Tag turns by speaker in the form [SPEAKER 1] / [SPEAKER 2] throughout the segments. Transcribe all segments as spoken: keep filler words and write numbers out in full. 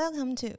[SPEAKER 1] Welcome to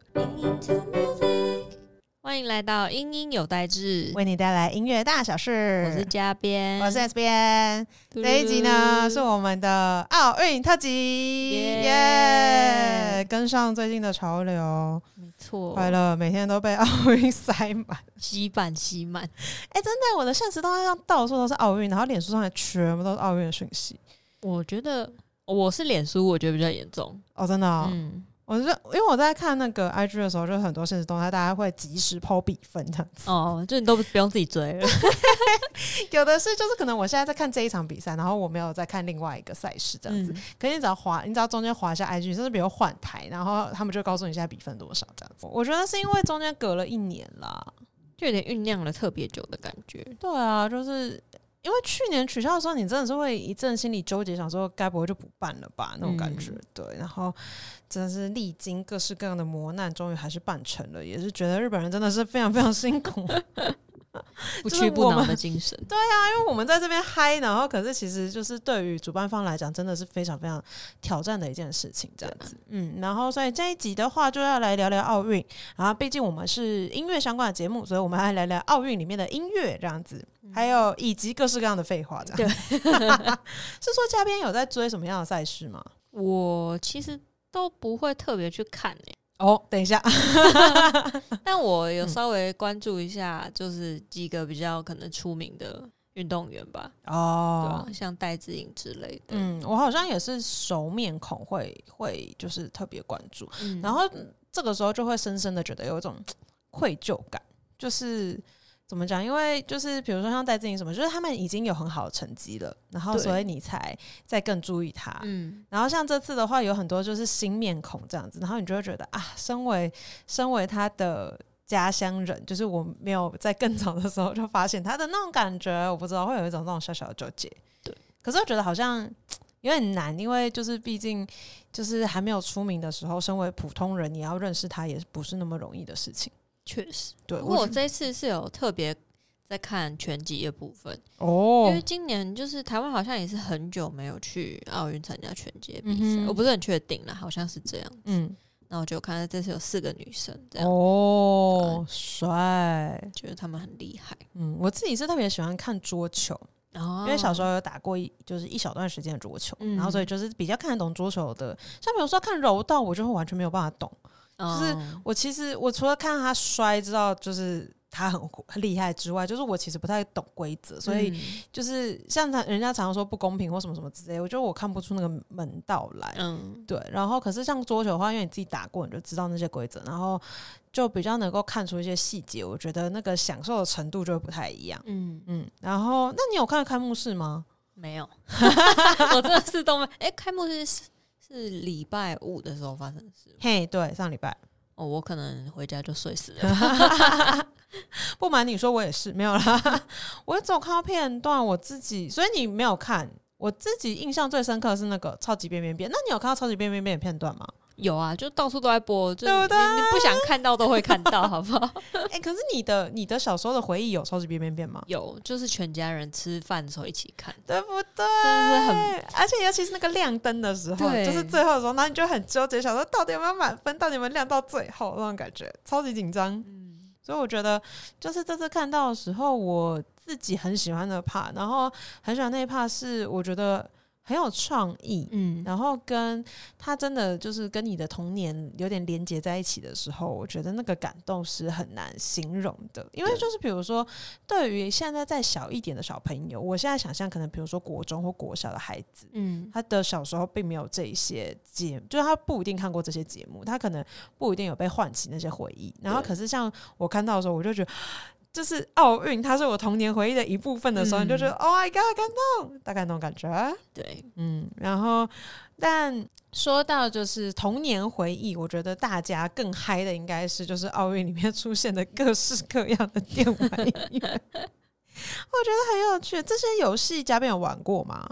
[SPEAKER 2] 欢迎来到英英有代志，
[SPEAKER 1] 为你带来音乐大小事。
[SPEAKER 2] 我是嘉编，
[SPEAKER 1] 我是 S 编。这一集呢是我们的奥运特辑，耶！ Yeah! 跟上最近的潮流，
[SPEAKER 2] 没错，
[SPEAKER 1] 快乐每天都被奥运塞满，
[SPEAKER 2] 洗版洗满。
[SPEAKER 1] 哎，真的，我的现实动态上到处都是奥运，然后脸书上面全部都是奥运的讯息。
[SPEAKER 2] 我觉得我是脸书，我觉得比较严重
[SPEAKER 1] 哦，真的哦。
[SPEAKER 2] 嗯。
[SPEAKER 1] 我是因为我在看那个 I G 的时候，就很多现实动态，大家会及时 po 比分这样子。
[SPEAKER 2] 哦，就你都不用自己追了。
[SPEAKER 1] 有的是，就是可能我现在在看这一场比赛，然后我没有在看另外一个赛事这样子。嗯、可是你只要滑，你只要中间滑一下 I G， 甚至比如换台，然后他们就告诉你现在比分多少这样子。我觉得是因为中间隔了一年啦，
[SPEAKER 2] 就有点酝酿了特别久的感觉。
[SPEAKER 1] 对啊，就是因为去年取消的时候，你真的是会一阵心理纠结，想说该不会就不办了吧那种感觉。嗯、对，然后真的是历经各式各样的磨难，终于还是办成了，也是觉得日本人真的是非常非常辛苦。
[SPEAKER 2] 不屈不挠的精神。
[SPEAKER 1] 对啊，因为我们在这边嗨，然后可是其实就是对于主办方来讲，真的是非常非常挑战的一件事情，这样子。嗯，然后所以这一集的话，就要来聊聊奥运。然后毕竟我们是音乐相关的节目，所以我们来聊聊奥运里面的音乐这样子，还有以及各式各样的废话这样。对，是说嘉编有在追什么样的赛事吗？
[SPEAKER 2] 我其实都不会特别去看诶、欸。
[SPEAKER 1] 哦，等一下，
[SPEAKER 2] 但我有稍微关注一下，就是几个比较可能出名的运动员吧。哦，对啊，像戴资颖之类的。
[SPEAKER 1] 嗯，我好像也是熟面孔会会就是特别关注、嗯，然后这个时候就会深深的觉得有一种愧疚感，就是怎么讲？因为就是比如说像戴资颖什么，就是他们已经有很好的成绩了，然后所以你才再更注意他。嗯，然后像这次的话，有很多就是新面孔这样子，然后你就会觉得啊，身为身为他的家乡人，就是我没有在更早的时候就发现他的那种感觉，我不知道会有一种那种小小的纠结。对，可是我觉得好像有点难，因为就是毕竟就是还没有出名的时候，身为普通人，你要认识他也不是那么容易的事情。
[SPEAKER 2] 确实，
[SPEAKER 1] 对。
[SPEAKER 2] 不过我这次是有特别在看拳击的部分哦，因为今年就是台湾好像也是很久没有去奥运参加拳击比赛、嗯，我不是很确定啦，好像是这样子。嗯，那我就看到这次有四个女生这样哦，帅，觉得她们很厉害。
[SPEAKER 1] 嗯，我自己是特别喜欢看桌球。哦、因为小时候有打过一就是一小段时间的桌球、嗯，然后所以就是比较看得懂桌球的。像比如说看柔道，我就会完全没有办法懂。就是我其实我除了看他摔知道就是他很很厉害之外，就是我其实不太懂规则，所以就是像他人家常常说不公平或什么什么之类，我觉得我看不出那个门道来。嗯，对。然后可是像桌球的话，因为你自己打过，你就知道那些规则，然后就比较能够看出一些细节，我觉得那个享受的程度就会不太一样。嗯嗯。然后那你有看开幕式吗？
[SPEAKER 2] 没有，我真的是都没。哎、欸，开幕式是。是礼拜五的时候发生的事。
[SPEAKER 1] 嘿，对，上礼拜。
[SPEAKER 2] 哦，我可能回家就睡死了。
[SPEAKER 1] 不瞒你说，我也是没有啦。我只有看到片段，我自己，所以你没有看。我自己印象最深刻的是那个超级变变变。那你有看到超级变变变的片段吗？
[SPEAKER 2] 有啊，就到处都在播，就对不对？你, 你不想看到都会看到，好不好？
[SPEAKER 1] 哎、欸，可是你的你的小时候的回忆有超级变变变吗？
[SPEAKER 2] 有，就是全家人吃饭的时候一起看，
[SPEAKER 1] 对不对？
[SPEAKER 2] 真的是很，
[SPEAKER 1] 而且尤其是那个亮灯的时候，就是最后的时候，然后你就很纠结，想说到底有没有满分，到底有没有亮到最后那种感觉，超级紧张。嗯，所以我觉得就是这次看到的时候，我自己很喜欢的 part， 然后很喜欢那一 part 是我觉得很有创意，嗯，然后跟他真的就是跟你的童年有点连结在一起的时候，我觉得那个感动是很难形容的。因为就是比如说对于现在再小一点的小朋友，我现在想象可能比如说国中或国小的孩子，嗯，他的小时候并没有这一些节目，就是他不一定看过这些节目，他可能不一定有被唤起那些回忆。然后可是像我看到的时候，我就觉得就是奥运它是我童年回忆的一部分的时候、嗯、你就觉得 Oh my God 感动，大概那种感觉。
[SPEAKER 2] 对，
[SPEAKER 1] 嗯，然后但说到就是童年回忆，我觉得大家更嗨的应该是就是奥运里面出现的各式各样的电玩音乐我觉得很有趣。这些游戏嘉宾有玩过吗？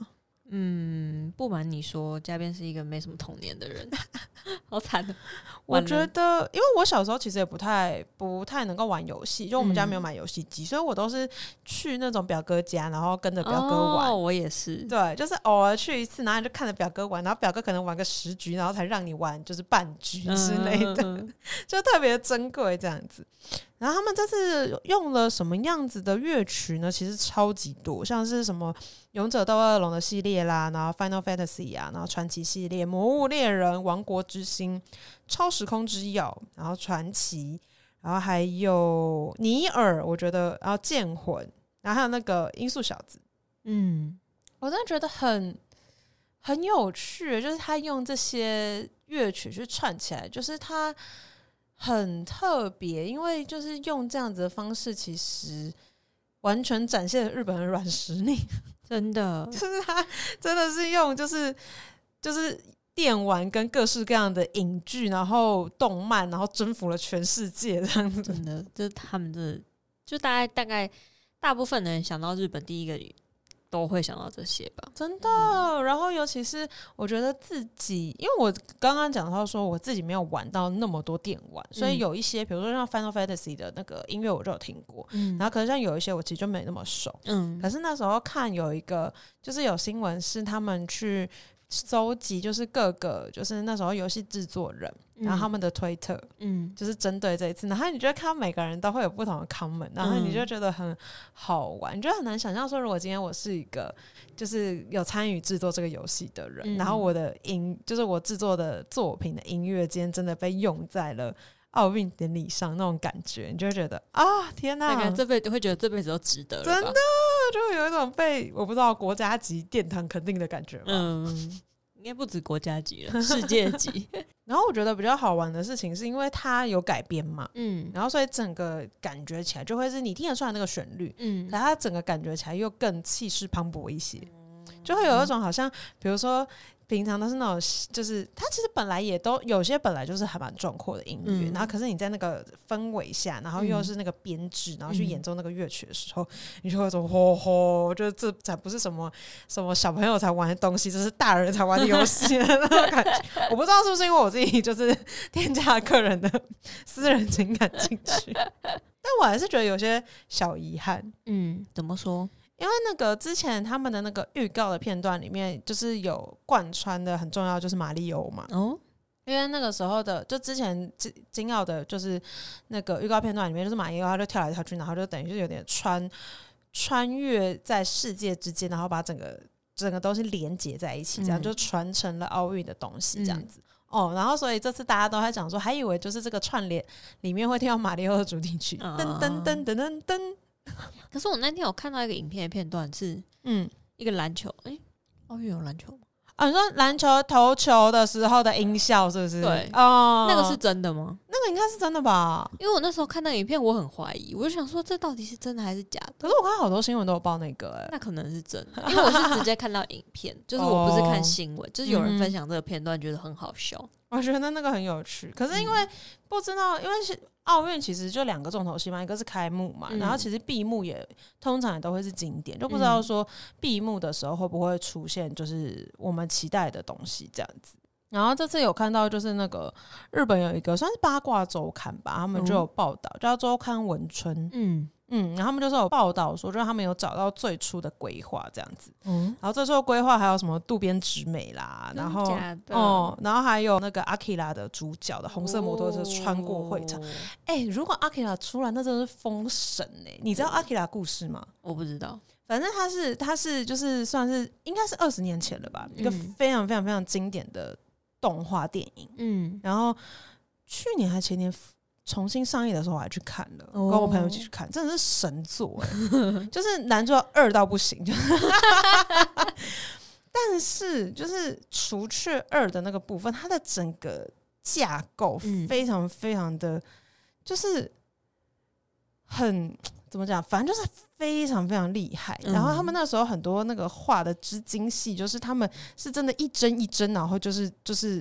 [SPEAKER 2] 嗯，不瞒你说，嘉编是一个没什么童年的人，好惨的。
[SPEAKER 1] 我觉得，因为我小时候其实也不太不太能够玩游戏，就我们家没有买游戏机、嗯，所以我都是去那种表哥家，然后跟着表哥玩。
[SPEAKER 2] 哦，我也是，
[SPEAKER 1] 对，就是偶尔去一次，然后你就看着表哥玩，然后表哥可能玩个十局，然后才让你玩就是半局之类的，嗯嗯嗯就特别珍贵这样子。然后他们这次用了什么样子的乐曲呢？其实超级多，像是什么勇者斗恶龙的系列啦，然后 Final Fantasy 啊，然后传奇系列、魔物猎人、王国之心、超时空之钥，然后传奇，然后还有尼尔，我觉得，然后剑魂，然后还有那个音速小子，嗯，我真的觉得很很有趣，就是他用这些乐曲去串起来，就是他。很特别，因为就是用这样子的方式，其实完全展现了日本的软实力，
[SPEAKER 2] 真的，
[SPEAKER 1] 就是他真的是用就是就是电玩跟各式各样的影剧，然后动漫，然后征服了全世界这样子，
[SPEAKER 2] 真的，就是他们真的，就大概大概大部分的人想到日本第一个都会想到这些吧，
[SPEAKER 1] 真的、嗯。然后尤其是我觉得自己，因为我刚刚讲到说我自己没有玩到那么多电玩，所以有一些比如说像 Final Fantasy 的那个音乐我就有听过、嗯、然后可是像有一些我其实就没那么熟、嗯、可是那时候看有一个就是有新闻是他们去搜集就是各个就是那时候游戏制作人、嗯、然后他们的推特，嗯，就是针对这一次，然后你就会看到每个人都会有不同的 comment， 然后你就觉得很好玩，你就很难想象说如果今天我是一个就是有参与制作这个游戏的人、嗯、然后我的音就是我制作的作品的音乐今天真的被用在了奥运典礼上，那种感觉你就会觉得啊天哪，
[SPEAKER 2] 大概这辈子会觉得这辈子都值得了吧，
[SPEAKER 1] 真的就有一种被我不知道国家级殿堂肯定的感觉吧，
[SPEAKER 2] 嗯，应该不止国家级了，世界级。
[SPEAKER 1] 然后我觉得比较好玩的事情是因为它有改编嘛，嗯，然后所以整个感觉起来就会是你听得出来那个旋律，嗯，可它整个感觉起来又更气势磅礴一些、嗯、就会有一种好像比如说平常都是那种就是它其实本来也都有些本来就是还蛮壮阔的音乐、嗯、然后可是你在那个氛围下然后又是那个编制、嗯、然后去演奏那个乐曲的时候、嗯、你就会说吼吼，我觉得这才不是什么什么小朋友才玩的东西，这是大人才玩的游戏的那种感觉我不知道是不是因为我自己就是添加了个人的私人情感进去但我还是觉得有些小遗憾。
[SPEAKER 2] 嗯，怎么说？
[SPEAKER 1] 因为那个之前他们的那个预告的片段里面就是有贯穿的很重要就是马里欧嘛，哦，因为那个时候的就之前金奥的就是那个预告片段里面就是马里欧他就跳来跳去，然后就等于是有点穿穿越在世界之间，然后把整个整个东西连结在一起，这样、嗯、就传承了奥运的东西这样子、嗯、哦，然后所以这次大家都在讲说还以为就是这个串联里面会听到马里欧的主题曲噔噔噔噔噔噔，
[SPEAKER 2] 可是我那天有看到一个影片的片段是，嗯，一个篮球，哎、欸，奥运有篮球吗？
[SPEAKER 1] 啊，你说篮球投球的时候的音效是不是？
[SPEAKER 2] 对，哦，那个是真的吗？
[SPEAKER 1] 那个应该是真的吧？
[SPEAKER 2] 因为我那时候看那个影片，我很怀疑，我就想说这到底是真的还是假的？
[SPEAKER 1] 可是我看好多新闻都有报那个、欸，哎，
[SPEAKER 2] 那可能是真的，因为我是直接看到影片，就是我不是看新闻，哦、就是有人分享这个片段，觉得很好笑。
[SPEAKER 1] 我觉得那个很有趣，可是因为不知道，因为是奥运其实就两个重头戏嘛，一个是开幕嘛、嗯，然后其实闭幕也通常也都会是经典，就不知道说闭幕的时候会不会出现就是我们期待的东西这样子。然后这次有看到就是那个日本有一个算是八卦周刊吧，他们就有报道、嗯、叫周刊文春，嗯嗯，然后他们就是有报道说，就是他们有找到最初的规划这样子，嗯，然后最初的规划还有什么渡边直美啦，然后哦、嗯，然后还有那个阿基拉的主角的红色摩托车穿过会场，哎、哦欸，如果阿基拉出来，那真的是封神哎、欸！你知道阿基拉故事吗？
[SPEAKER 2] 我不知道，
[SPEAKER 1] 反正他是他是就是算是应该是二十年前了吧、嗯，一个非常非常非常经典的动画电影，嗯，然后去年还前年重新上映的时候我还去看了、哦、跟我朋友一起去看，真的是神作哎、欸，就是男主角二到不行，但是就是除却二的那个部分，它的整个架构非常非常的，就是很怎么讲，反正就是非常非常厉害、嗯。然后他们那时候很多那个画的之精细，就是他们是真的一帧一帧，然后就是就是。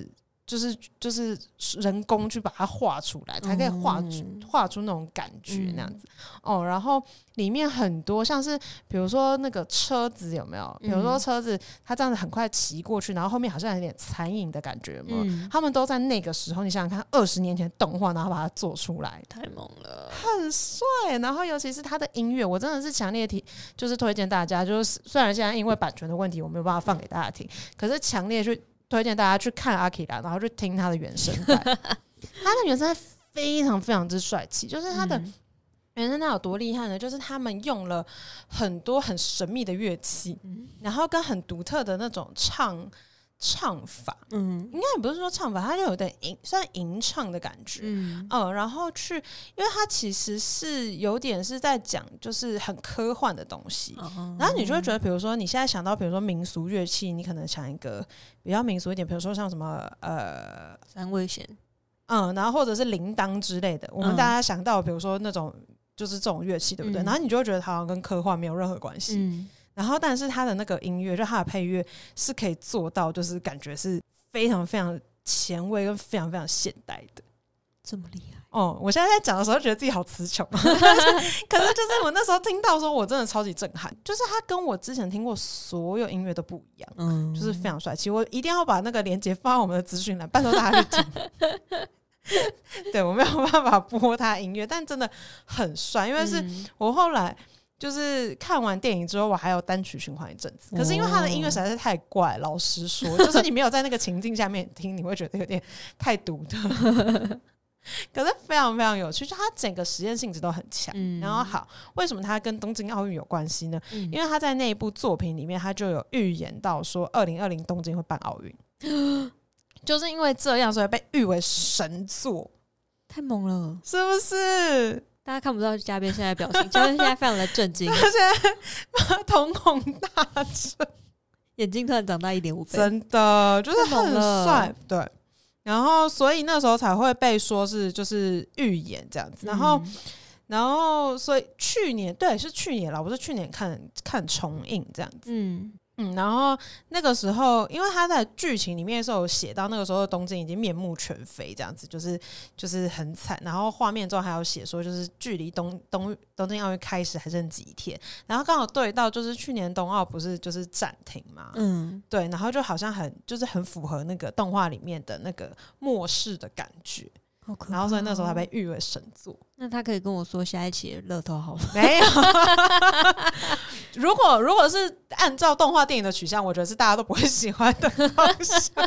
[SPEAKER 1] 就是就是人工去把它画出来，才可以画出画出那种感觉那样子、嗯、哦。然后里面很多像是比如说那个车子有没有？比如说车子它这样子很快骑过去，然后后面好像有点残影的感觉有没有、嗯、他们都在那个时候，你想想看二十年前的动画然后把它做出来，
[SPEAKER 2] 太猛了，
[SPEAKER 1] 很帅。然后尤其是他的音乐，我真的是强烈提就是推荐大家，就是虽然现在因为版权的问题我没有办法放给大家听，可是强烈去推荐大家去看阿基拉，然后去听他的原声带。他的原声带非常非常之帅气，就是他的原声带有多厉害呢？就是他们用了很多很神秘的乐器、嗯、然后跟很独特的那种唱唱法，嗯，应该也不是说唱法，它就有点吟，算吟唱的感觉，嗯, 嗯，然后去，因为它其实是有点是在讲，就是很科幻的东西，嗯、然后你就会觉得，比如说你现在想到，比如说民俗乐器，你可能想一个比较民俗一点，比如说像什么呃
[SPEAKER 2] 三味弦，
[SPEAKER 1] 嗯，然后或者是铃铛之类的，我们大家想到，比如说那种就是这种乐器，对不对？嗯、然后你就会觉得它好像跟科幻没有任何关系。嗯，然后但是他的那个音乐就他的配乐是可以做到就是感觉是非常非常前卫跟非常非常现代的，
[SPEAKER 2] 这么厉害
[SPEAKER 1] 哦！我现在在讲的时候觉得自己好词穷可是就是我那时候听到的时候我真的超级震撼，就是他跟我之前听过所有音乐都不一样，嗯，就是非常帅气。我一定要把那个连结放在我们的资讯栏，拜托大家去听对，我没有办法播他音乐，但真的很帅，因为是我后来就是看完电影之后我还有单曲循环一阵子，可是因为他的音乐实在是太怪，老实说就是你没有在那个情境下面听你会觉得有点太独特可是非常非常有趣，就他整个实验性质都很强、嗯、然后好，为什么他跟东京奥运有关系呢、嗯、因为他在那一部作品里面他就有预言到说二零二零东京会办奥运就是因为这样所以被誉为神作，
[SPEAKER 2] 太猛了
[SPEAKER 1] 是不是？
[SPEAKER 2] 大家看不到嘉宾现在表情，嘉宾现在非常的震惊，
[SPEAKER 1] 他现在瞳孔大睁，
[SPEAKER 2] 眼睛突然长大一点五倍，
[SPEAKER 1] 真的就是很帅。对，然后所以那时候才会被说是就是预言这样子，然后、嗯、然后所以去年对是去年啦，我是去年看看重映这样子，嗯。嗯，然后那个时候因为他在剧情里面是有写到那个时候的东京已经面目全非这样子，就是就是很惨，然后画面中还有写说就是距离东东东京奥运开始还剩几天，然后刚好对到就是去年冬奥不是就是暂停嘛，嗯，对，然后就好像很就是很符合那个动画里面的那个末世的感觉，
[SPEAKER 2] 好可怕哦，
[SPEAKER 1] 然后所以那时候还被誉为神作。
[SPEAKER 2] 那他可以跟我说下一期的乐透好吗？
[SPEAKER 1] 没有如果如果是按照动画电影的取向，我觉得是大家都不会喜欢的方向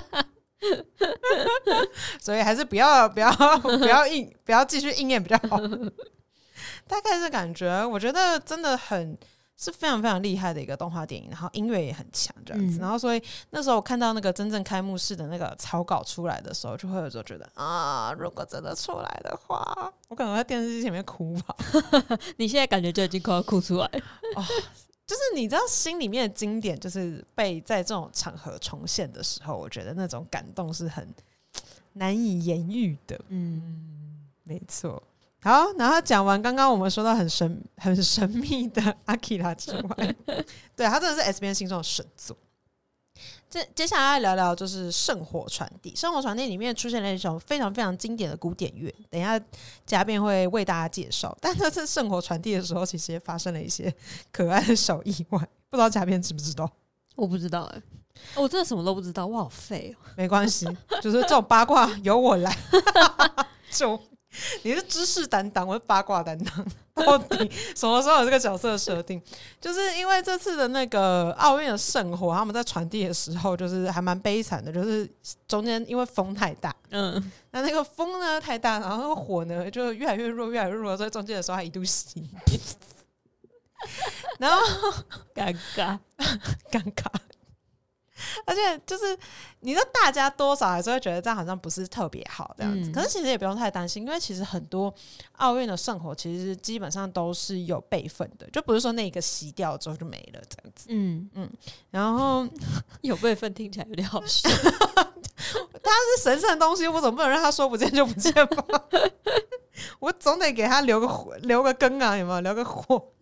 [SPEAKER 1] 所以还是不要不要不要硬不要继续应验比较好大概是感觉我觉得真的很是非常非常厉害的一个动画电影，然后音乐也很强这样子、嗯、然后所以那时候我看到那个真正开幕式的那个草稿出来的时候，就会有时候觉得啊，如果真的出来的话我可能在电视机前面哭吧
[SPEAKER 2] 你现在感觉就已经快要哭出来
[SPEAKER 1] 哦，就是你知道心里面的经典就是被在这种场合重现的时候，我觉得那种感动是很难以言喻的。嗯，没错。好，然后讲完刚刚我们说到很神很神秘的阿基拉之外对，他真的是 S 边心中的神作。这接下来聊聊就是圣火传递。圣火传递里面出现了一首非常非常经典的古典乐，等一下嘉宾会为大家介绍。但这次圣火传递的时候其实也发生了一些可爱的小意外，不知道嘉宾知不知道？
[SPEAKER 2] 我不知道哎、欸，我真的什么都不知道，我好废哦。
[SPEAKER 1] 没关系，就是这种八卦由我来就你是知识担当，我是八卦担当，到底什么时候有这个角色设定？就是因为这次的那个奥运的圣火，他们在传递的时候，就是还蛮悲惨的，就是中间因为风太大，嗯，那那个风呢太大，然后那个火呢就越来越弱，越来越弱，所以中间的时候还一度熄灭，然后
[SPEAKER 2] 尴尬，
[SPEAKER 1] 尴尬。而且就是你知道大家多少还是会觉得这样好像不是特别好这样子、嗯、可是其实也不用太担心，因为其实很多奥运的圣火其实基本上都是有备份的，就不是说那个熄掉之后就没了这样子。嗯嗯，然后
[SPEAKER 2] 有备份听起来有点好笑
[SPEAKER 1] 它是神圣的东西，我总不能让它说不见就不见吧我总得给它留个留个根啊，有没有留个火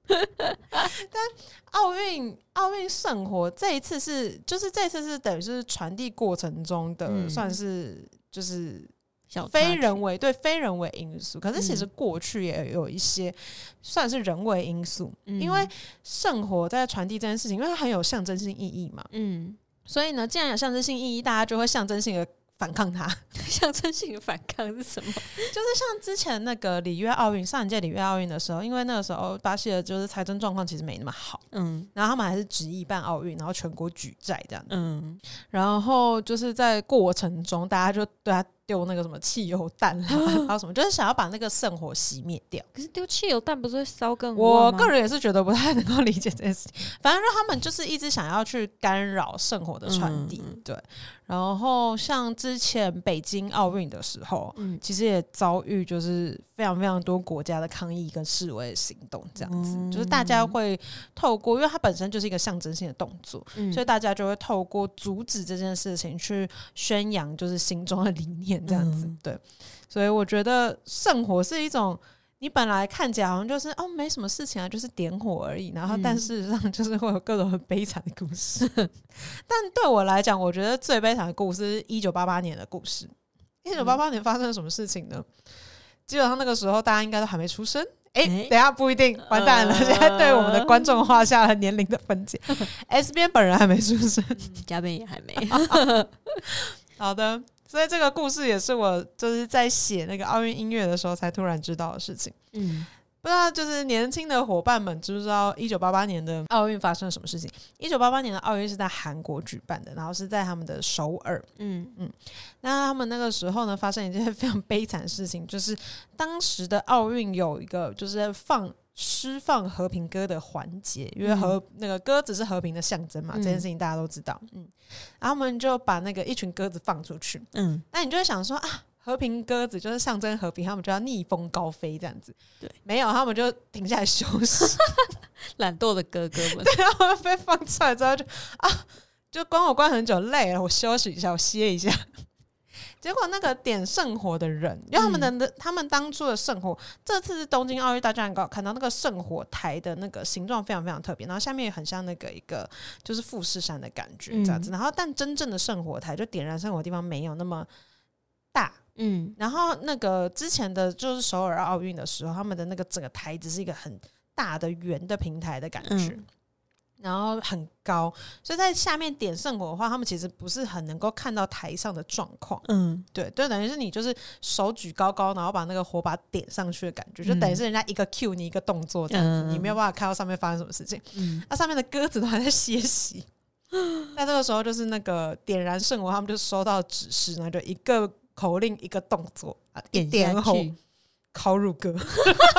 [SPEAKER 1] 但奥运奥运圣火这一次是，就是这一次是等于是传递过程中的、嗯、算是就是非人为对非人为因素，可是其实过去也有一些算是人为因素，嗯、因为圣火在传递这件事情，因为它很有象征性意义嘛，嗯，所以呢，既然有象征性意义，大家就会象征性的反抗它。
[SPEAKER 2] 象征性的反抗是什么？
[SPEAKER 1] 就是像之前那个里约奥运，上一届里约奥运的时候，因为那个时候巴西的就是财政状况其实没那么好，嗯，然后他们还是执意办奥运，然后全国举债这样子，嗯，然后就是在过程中，大家就对他丢那个什么汽油弹啦，然后什么，就是想要把那个圣火熄灭掉。
[SPEAKER 2] 可是丢汽油弹不是会烧更旺吗？
[SPEAKER 1] 我个人也是觉得不太能够理解这件事情。反正他们就是一直想要去干扰圣火的传递，嗯、对。然后像之前北京奥运的时候，嗯，其实也遭遇就是非常非常多国家的抗议跟示威行动，这样子，嗯、就是大家会透过，因为它本身就是一个象征性的动作，嗯、所以大家就会透过阻止这件事情去宣扬就是心中的理念。这样子、嗯、对，所以我觉得圣火是一种你本来看起来好像就是哦没什么事情啊，就是点火而已，然后但事实上就是会有各种很悲惨的故事、嗯、但对我来讲，我觉得最悲惨的故事是一九八八年的故事。一九八八年发生了什么事情呢、嗯、基本上那个时候大家应该都还没出生。哎、欸，等一下不一定，完蛋了！呃、现在对我们的观众画下了年龄的分界。S 边本人还没出生，
[SPEAKER 2] 嘉宾也还没。
[SPEAKER 1] 好的，所以这个故事也是我就是在写那个奥运音乐的时候才突然知道的事情。嗯，不知道就是年轻的伙伴们知不知道一九八八年的奥运发生了什么事情？一九八八年的奥运是在韩国举办的，然后是在他们的首尔。嗯嗯，那他们那个时候呢，发生一件非常悲惨的事情，就是当时的奥运有一个就是放释放和平鸽的环节，因为和、嗯、那个鸽子是和平的象征嘛、嗯，这件事情大家都知道。嗯，然后他们就把那个一群鸽子放出去。嗯，那你就会想说啊，和平鸽子就是象征和平，他们就要逆风高飞这样子。对，没有，他们就停下来休息。
[SPEAKER 2] 懒惰的哥哥们，
[SPEAKER 1] 对，然后被放出来之后就啊，就关我关很久，累了，我休息一下，我歇一下。结果那个点圣火的人，因为他们的、嗯、他们当初的圣火，这次是东京奥运，大家能看到那个圣火台的那个形状非常非常特别，然后下面也很像那个一个就是富士山的感觉这样子、嗯、然后但真正的圣火台就点燃圣火的地方没有那么大。嗯，然后那个之前的就是首尔奥运的时候，他们的那个整个台子是一个很大的圆的平台的感觉、嗯，然后很高，所以在下面点圣火的话，他们其实不是很能够看到台上的状况。嗯，对，就等于是你就是手举高高，然后把那个火把点上去的感觉，就等于是人家一个 cue 你一个动作这样子、嗯，你没有办法看到上面发生什么事情。嗯，那上面的鸽子都还在歇息。那这个时候就是那个点燃圣火，他们就收到指示，然后就一个口令一个动作啊，一点后烤乳鸽。等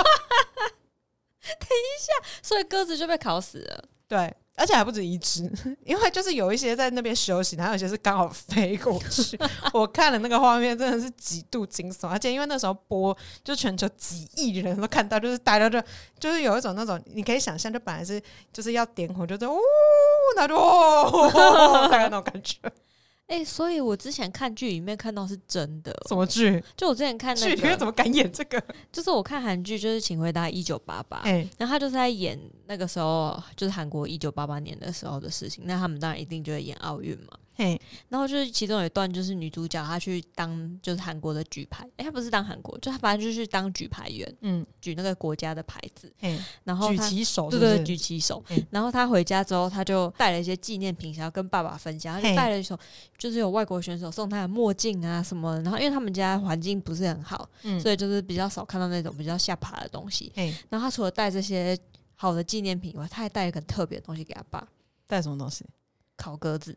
[SPEAKER 2] 一下，所以鸽子就被烤死了。
[SPEAKER 1] 对，而且还不止一只，因为就是有一些在那边休息，然后有些是刚好飞过去。我看了那个画面，真的是极度惊悚，而且因为那时候播，就全球几亿人都看到，就是大家就就是有一种那种，你可以想象，就本来是就是要点火，就是哦，然后就哦，大概那种感觉。
[SPEAKER 2] 哎、欸，所以我之前看剧里面看到是真的、哦。
[SPEAKER 1] 什么剧？
[SPEAKER 2] 就我之前看那个
[SPEAKER 1] 剧里面怎么敢演这个？
[SPEAKER 2] 就是我看韩剧，就是《请回答一九八八》，然后他就是在演那个时候，就是韩国一九八八年的时候的事情。那他们当然一定就会演奥运嘛。嘿，然后就是其中有一段，就是女主角她去当就是韩国的举牌，哎、欸，她不是当韩国，就她反正就是当举牌员，嗯，举那个国家的牌子，然后
[SPEAKER 1] 举旗手
[SPEAKER 2] 是不是，对对，举旗手。然后她回家之后，她就带了一些纪念品，想要跟爸爸分享，她就带了一首，就是有外国选手送她的墨镜啊什么的。然后因为他们家环境不是很好、嗯，所以就是比较少看到那种比较下爬的东西。然后她除了带这些好的纪念品以外，她还带了一个很特别的东西给她爸。
[SPEAKER 1] 带什么东西？
[SPEAKER 2] 烤鸽子。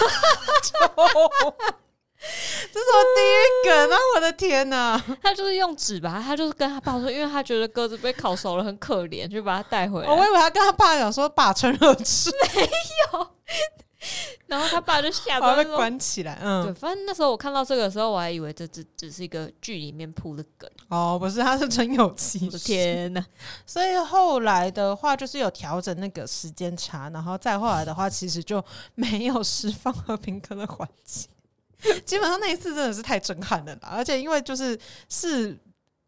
[SPEAKER 1] 这是我第一梗啊！我的天哪！
[SPEAKER 2] 他就是用纸吧，他就是跟他爸说，因为他觉得鸽子被烤熟了很可怜，就把它带回来。
[SPEAKER 1] 我以为他跟他爸讲说把趁热吃，
[SPEAKER 2] 没有。然后他爸就吓到
[SPEAKER 1] 被关起来。嗯，
[SPEAKER 2] 对，反正那时候我看到这个的时候，我还以为这只只是一个剧里面铺的梗。
[SPEAKER 1] 哦，不是，他是真有其
[SPEAKER 2] 事。天哪！
[SPEAKER 1] 所以后来的话，就是有调整那个时间差，然后再后来的话，其实就没有释放和平鸽的环节。基本上那一次真的是太震撼了啦，而且因为就是是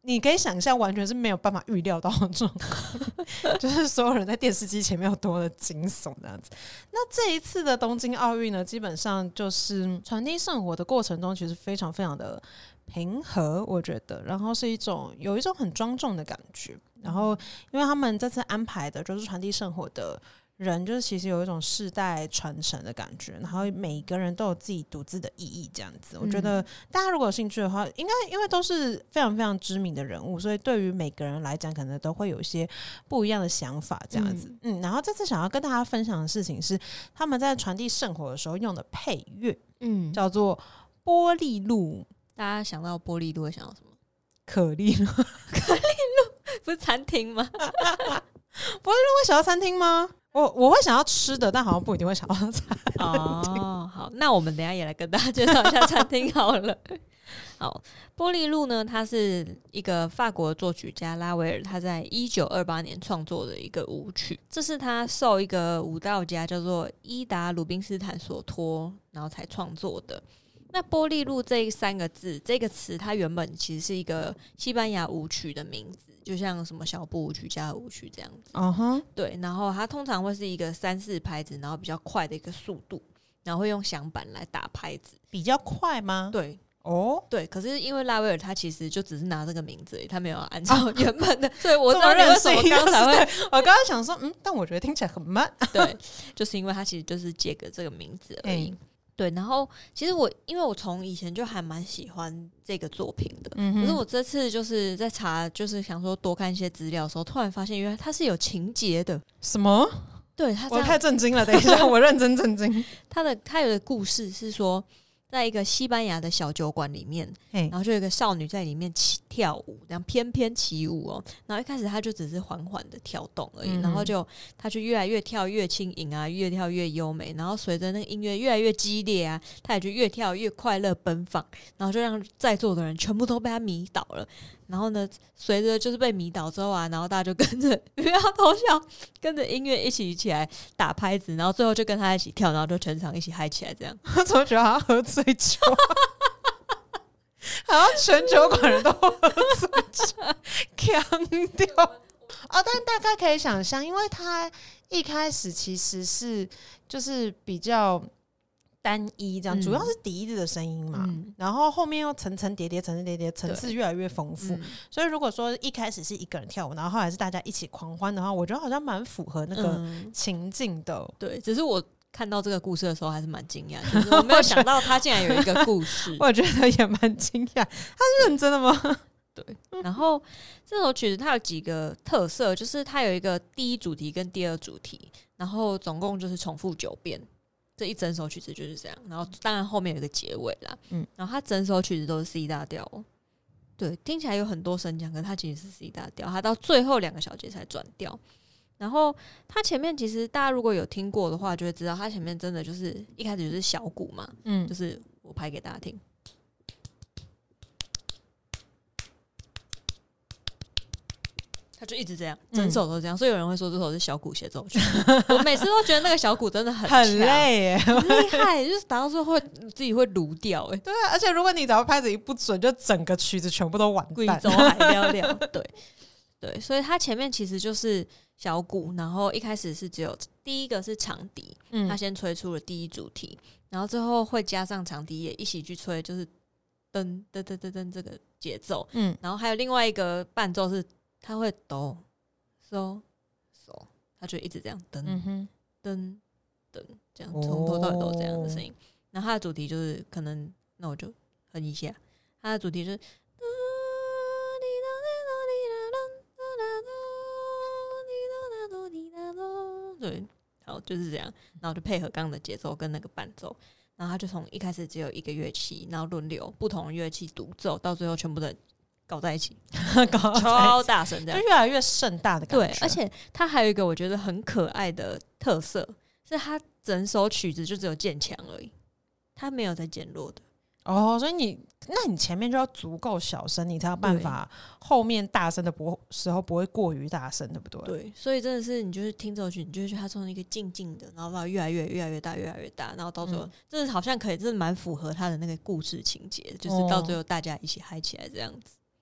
[SPEAKER 1] 你可以想象完全是没有办法预料到的状况就是所有人在电视机前面有多么的惊悚这样子。那这一次的东京奥运呢，基本上就是传递圣火的过程中其实非常非常的平和，我觉得，然后是一种有一种很庄重的感觉。然后因为他们这次安排的就是传递圣火的人，就是其实有一种世代传承的感觉，然后每一个人都有自己独自的意义这样子。我觉得大家如果有兴趣的话，应该因为都是非常非常知名的人物，所以对于每个人来讲可能都会有一些不一样的想法这样子。 嗯, 嗯然后这次想要跟大家分享的事情是他们在传递圣火的时候用的配乐，嗯，叫做玻璃露。
[SPEAKER 2] 大家想到玻璃露会想到什么？
[SPEAKER 1] 可丽露
[SPEAKER 2] 可丽露不是餐厅吗？玻
[SPEAKER 1] 璃露会想到餐厅吗？我我会想要吃的，但好像不一定会想到餐厅。
[SPEAKER 2] 哦，好，那我们等一下也来跟大家介绍一下餐厅好了。好，玻璃露呢，它是一个法国的作曲家拉威尔，他在一九二八年创作的一个舞曲，这是他受一个舞蹈家叫做伊达鲁宾斯坦所托，然后才创作的。那玻璃露这三个字，这个词它原本其实是一个西班牙舞曲的名字，就像什么小步舞曲、加舞曲这样子。嗯哼，对，然后它通常会是一个三四拍子，然后比较快的一个速度，然后会用响板来打拍子。
[SPEAKER 1] 比较快吗？
[SPEAKER 2] 对。哦，对，可是因为拉威尔他其实就只是拿这个名字而已，他没有按照原本的，所以我知道你为什么刚才会，
[SPEAKER 1] 我刚刚想说，嗯，但我觉得听起来很慢。
[SPEAKER 2] 对，就是因为他其实就是借个这个名字而已。欸对，然后其实我因为我从以前就还蛮喜欢这个作品的，嗯、可是我这次就是在查，就是想说多看一些资料的时候，突然发现原来它是有情节的。
[SPEAKER 1] 什么？
[SPEAKER 2] 对，他
[SPEAKER 1] 我太震惊了！等一下，我认真震惊。
[SPEAKER 2] 他的他有的故事是说，在一个西班牙的小酒馆里面，然后就有一个少女在里面起跳舞，这样翩翩起舞哦。然后一开始她就只是缓缓的跳动而已，嗯、然后就她就越来越跳越轻盈啊，越跳越优美。然后随着那个音乐越来越激烈啊，她也就越跳越快乐奔放，然后就让在座的人全部都被她迷倒了。然后呢，随着就是被迷倒之后啊，然后大家就跟着不要偷笑，跟着音乐一起起来打拍子，然后最后就跟他一起跳，然后就全场一起嗨起来，这样。
[SPEAKER 1] 我怎么觉得好像喝醉酒？好像全酒馆人都喝醉酒，强调哦，但大概可以想象，因为他一开始其实是就是比较单一这样、嗯、主要是笛子的声音嘛、嗯、然后后面又层层叠叠层层叠叠，层次越来越丰富、嗯、所以如果说一开始是一个人跳舞，然后后来是大家一起狂欢的话，我觉得好像蛮符合那个情境的、嗯、
[SPEAKER 2] 对，只是我看到这个故事的时候还是蛮惊讶，就是我没有想到他竟然有一个故事
[SPEAKER 1] 我觉得也蛮惊讶，他是认真的吗？
[SPEAKER 2] 对，然后这首曲子它有几个特色，就是它有一个第一主题跟第二主题，然后总共就是重复九遍，这一整首曲子就是这样，然后当然后面有一个结尾啦，嗯，然后它整首曲子都是 C 大调哦，对，听起来有很多声响，可是它其实是 C 大调，它到最后两个小节才转调。然后它前面其实大家如果有听过的话，就会知道它前面真的就是一开始就是小鼓嘛，嗯，就是我拍给大家听。他就一直这样，整首都这样、嗯、所以有人会说这首是小鼓协奏曲我每次都觉得那个小鼓真的很
[SPEAKER 1] 很累耶，
[SPEAKER 2] 很厉害，就是打到最后会自己会撸掉耶。
[SPEAKER 1] 对啊，而且如果你只要拍子一不准，就整个曲子全部都完蛋，
[SPEAKER 2] 贵州海聊聊对对，所以他前面其实就是小鼓，然后一开始是只有第一个是长笛，嗯，他先吹出了第一主题，然后最后会加上长笛也一起去吹，就是噔噔噔噔噔这个节奏，嗯，然后还有另外一个伴奏是他会哆嗦嗦，他就一直这样噔噔噔噔，这样从头到尾都这样的声音、哦。然后他的主题就是可能，那我就哼一下，他的主题就是对，好就是这样，然后就配合刚刚的节奏跟那个伴奏，然后他就从一开始只有一个乐器，然后轮流不同的乐器独奏，到最后全部的搞在一起，搞超大声，这样
[SPEAKER 1] 就越来越盛大的感觉。
[SPEAKER 2] 对，而且它还有一个我觉得很可爱的特色，是它整首曲子就只有渐强而已，它没有在减弱的。
[SPEAKER 1] 哦，所以你那你前面就要足够小声，你才有办法后面大声的不时候不会过于大声，对不对？
[SPEAKER 2] 对，所以真的是你就是听这首曲，你就会觉得它从一个静静的，然后到越来越越来越大，越来越大，然后到最后，嗯、真的好像可以，真的蛮符合它的那个故事情节，就是到最后大家一起嗨起来这样子。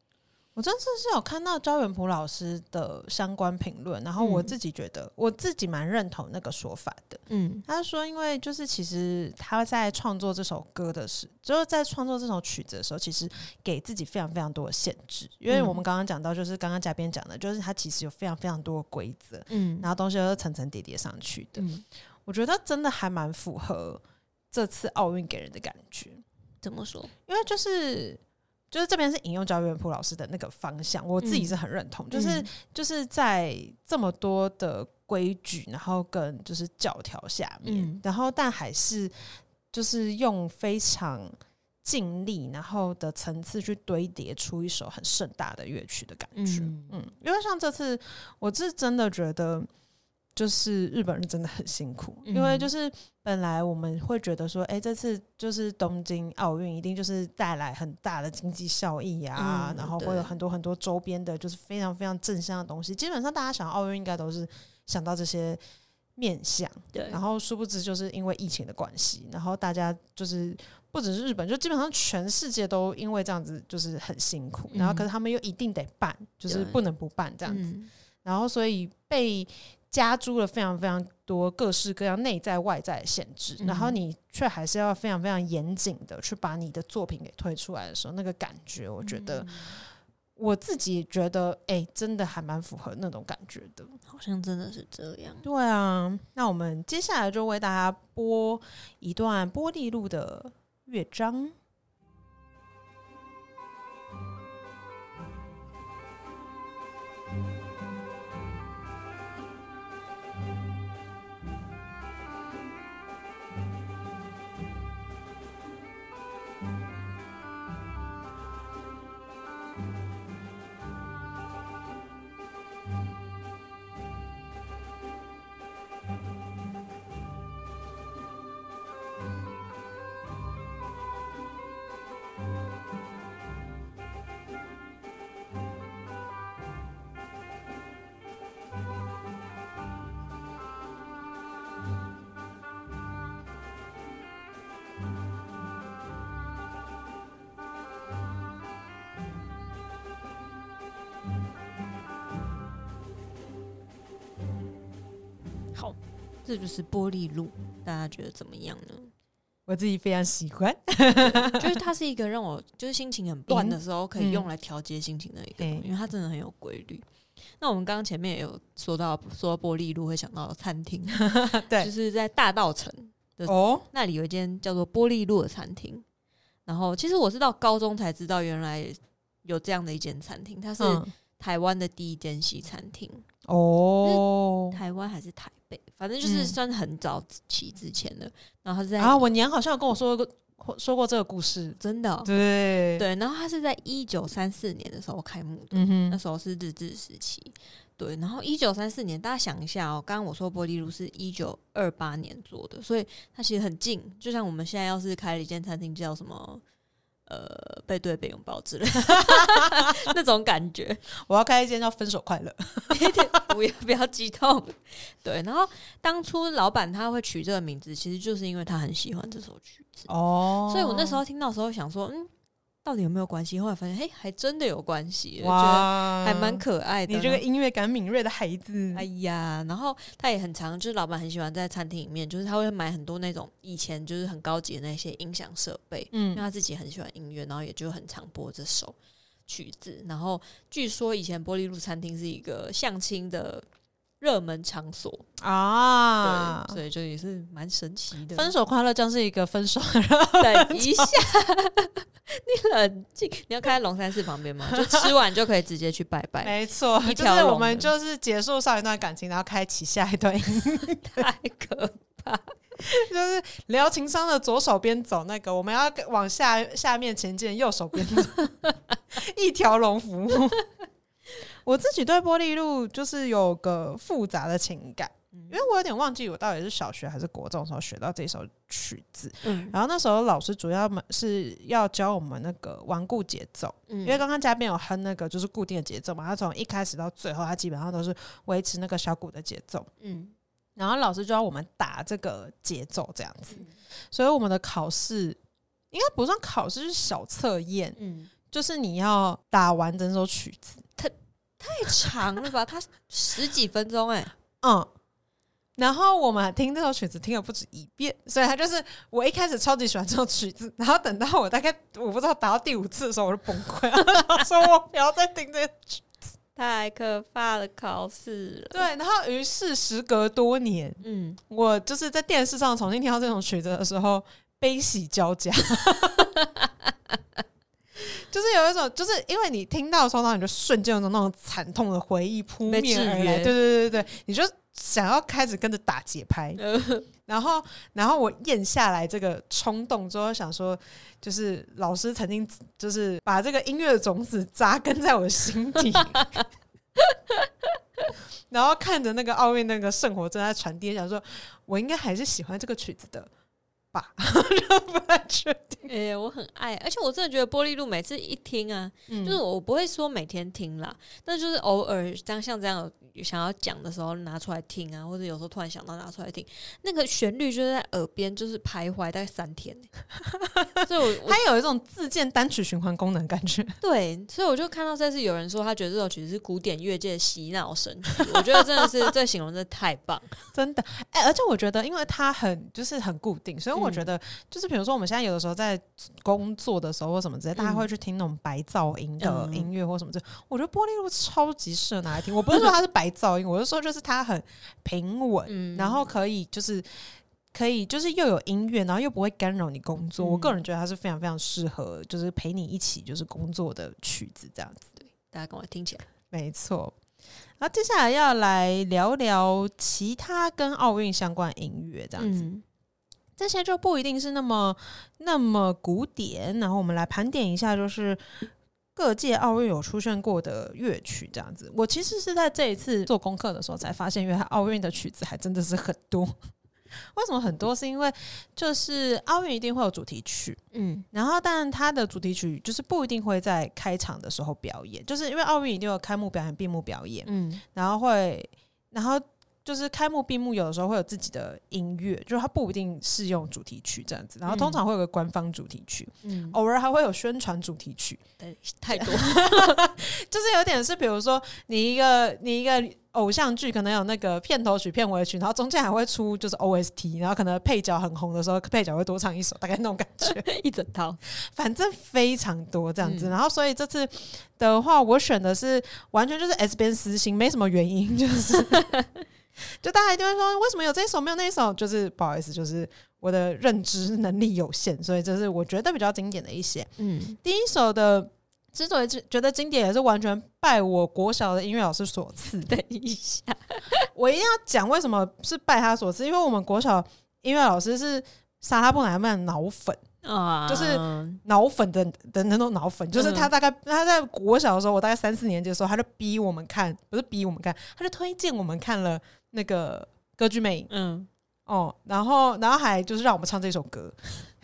[SPEAKER 1] 我这次是有看到焦元溥老师的相关评论，然后我自己觉得、嗯、我自己蛮认同那个说法的。嗯，他说因为就是其实他在创作这首歌的时候，就是在创作这首曲子的时候，其实给自己非常非常多的限制，因为我们刚刚讲到，就是刚刚嘉宾讲的，就是他其实有非常非常多的规则，嗯，然后东西都是层层叠叠上去的。嗯，我觉得真的还蛮符合这次奥运给人的感觉。
[SPEAKER 2] 怎么说？
[SPEAKER 1] 因为就是就是这边是引用焦元溥老师的那个方向，我自己是很认同、嗯、就是就是在这么多的规矩然后跟就是教条下面、嗯、然后但还是就是用非常尽力然后的层次去堆叠出一首很盛大的乐曲的感觉。 嗯, 嗯因为像这次我是真的觉得就是日本人真的很辛苦、嗯、因为就是本来我们会觉得说哎、欸，这次就是东京奥运一定就是带来很大的经济效益啊、嗯、然后会有很多很多周边的就是非常非常正向的东西，基本上大家想奥运应该都是想到这些面向，对，然后殊不知就是因为疫情的关系，然后大家就是不只是日本，就基本上全世界都因为这样子就是很辛苦、嗯、然后可是他们又一定得办，就是不能不办这样子、嗯、然后所以被加诸了非常非常多各式各样内在外在的限制、嗯、然后你却还是要非常非常严谨的去把你的作品给推出来的时候，那个感觉我觉得、嗯、我自己觉得哎、欸，真的还蛮符合那种感觉的，
[SPEAKER 2] 好像真的是这样。
[SPEAKER 1] 对啊，那我们接下来就为大家播一段玻璃路的乐章。
[SPEAKER 2] 好，这就是玻璃路，大家觉得怎么样呢？
[SPEAKER 1] 我自己非常喜欢
[SPEAKER 2] 就是它是一个让我就是心情很乱的时候可以用来调节心情的一个、嗯、因为它真的很有规律。那我们刚刚前面也有说到，说玻璃路会想到餐厅对，就是在大稻埕的、哦、那里有一间叫做玻璃路的餐厅，然后其实我是到高中才知道原来有这样的一间餐厅，它是台湾的第一间西餐厅哦，台湾还是台北，反正就是算很早期之前的、嗯、然后他是在
[SPEAKER 1] 啊，我娘好像有跟我说过说过这个故事，
[SPEAKER 2] 真的、哦、
[SPEAKER 1] 对
[SPEAKER 2] 对，然后他是在一九三四年的时候开幕的、嗯、那时候是日治时期，对，然后一九三四年大家想一下哦，刚刚我说玻璃路是一九二八年做的，所以它其实很近，就像我们现在要是开了一间餐厅叫什么呃，背对背拥抱之类那种感觉。
[SPEAKER 1] 我要开一间叫分手快乐
[SPEAKER 2] 不要不要激动。对，然后当初老板他会取这个名字其实就是因为他很喜欢这首曲子哦，所以我那时候听到的时候想说嗯到底有没有关系，后来发现嘿还真的有关系，我觉得还蛮可爱的。
[SPEAKER 1] 你这个音乐感敏锐的孩子，
[SPEAKER 2] 哎呀，然后他也很常就是老板很喜欢在餐厅里面，就是他会买很多那种以前就是很高级的那些音响设备，嗯，因为他自己很喜欢音乐，然后也就很常播这首曲子。然后据说以前玻璃路餐厅是一个相亲的热门场所啊，对，所以就也是蛮神奇的。
[SPEAKER 1] 分手快乐将是一个分手
[SPEAKER 2] 等一下你冷静，你要开在龙山寺旁边吗？就吃完就可以直接去拜拜。
[SPEAKER 1] 没错，就是我们就是结束上一段感情，然后开启下一段
[SPEAKER 2] 太可怕
[SPEAKER 1] 就是聊情商的左手边走，那个我们要往下下面前进，右手边走一条龙服务我自己对玻璃路就是有个复杂的情感，因为我有点忘记我到底是小学还是国中的时候学到这首曲子、嗯、然后那时候老师主要是要教我们那个顽固节奏、嗯、因为刚刚嘉宾有哼那个就是固定的节奏嘛，他从一开始到最后他基本上都是维持那个小鼓的节奏、嗯、然后老师就要我们打这个节奏这样子、嗯、所以我们的考试应该不算考试，是小测验、嗯， 就是你要打完整首曲子，
[SPEAKER 2] 太太长了吧？它十几分钟哎、欸，
[SPEAKER 1] 嗯。然后我们听这首曲子听了不止一遍，所以他就是我一开始超级喜欢这首曲子，然后等到我大概我不知道打到第五次的时候我就崩溃了，然后说我不要再听这个曲子，
[SPEAKER 2] 太可怕了，考试了。
[SPEAKER 1] 对，然后于是时隔多年，嗯，我就是在电视上重新听到这种曲子的时候，悲喜交加。就是有一种，就是因为你听到的时候，然后你就瞬间有种那种惨痛的回忆扑面而来，对对对对，你就想要开始跟着打节拍，然后然后我咽下来这个冲动之后，想说，就是老师曾经就是把这个音乐的种子扎根在我的心底，然后看着那个奥运那个圣火正在传递，想说我应该还是喜欢这个曲子的吧，不太确定。
[SPEAKER 2] 哎、欸，我很爱，而且我真的觉得玻璃路每次一听啊、嗯，就是我不会说每天听啦，但就是偶尔这样像这样想要讲的时候拿出来听啊，或者有时候突然想到拿出来听，那个旋律就在耳边就是徘徊大概三天、欸，所以我
[SPEAKER 1] 它有一种自建单曲循环功能感觉。
[SPEAKER 2] 对，所以我就看到这次有人说他觉得这首曲子是古典乐界的洗脑神曲，我觉得真的是这形容真的太棒，
[SPEAKER 1] 真的。哎、欸，而且我觉得因为它很就是很固定，所以我觉得就是比如说我们现在有的时候在工作的时候或什么之类，大家会去听那种白噪音的音乐或什么之类、嗯、我觉得玻璃路超级适合拿来听。我不是说它是白噪音，我是说就是它很平稳、嗯、然后可以就是可以就是又有音乐，然后又不会干扰你工作、嗯、我个人觉得它是非常非常适合就是陪你一起就是工作的曲子这样子。
[SPEAKER 2] 对，大家跟我听起来
[SPEAKER 1] 没错。然后接下来要来聊聊其他跟奥运相关的音乐这样子、嗯，这些就不一定是那么那么古典，然后我们来盘点一下就是各届奥运有出现过的乐曲这样子。我其实是在这一次做功课的时候才发现原来奥运的曲子还真的是很多。为什么很多？是因为就是奥运一定会有主题曲，嗯，然后但它的主题曲就是不一定会在开场的时候表演，就是因为奥运一定有开幕表演闭幕表演，嗯，然后会然后就是开幕闭幕有的时候会有自己的音乐，就是它不一定是用主题曲这样子，然后通常会有个官方主题曲，嗯，偶尔还会有宣传主题曲，
[SPEAKER 2] 对，太多
[SPEAKER 1] 就是有点是比如说你一个你一个偶像剧可能有那个片头曲片尾曲，然后中间还会出就是 O S T， 然后可能配角很红的时候配角会多唱一首，大概那种感觉
[SPEAKER 2] 一整套，
[SPEAKER 1] 反正非常多这样子、嗯、然后所以这次的话我选的是完全就是 S 边私心，没什么原因，就是就大家一定会说为什么有这一首没有那一首，就是不好意思，就是我的认知能力有限，所以这是我觉得比较经典的一些。嗯，第一首的之所以觉得经典也是完全拜我国小的音乐老师所赐。
[SPEAKER 2] 等一下，
[SPEAKER 1] 我一定要讲为什么是拜他所赐，因为我们国小音乐老师是莎拉布莱曼脑粉啊，就是脑粉的的那种脑粉，就是他大概他在国小的时候，我大概三四年级的时候，他就逼我们看，不是逼我们看，他就推荐我们看了那个歌剧魅影，嗯，哦，然后然后还就是让我们唱这首歌，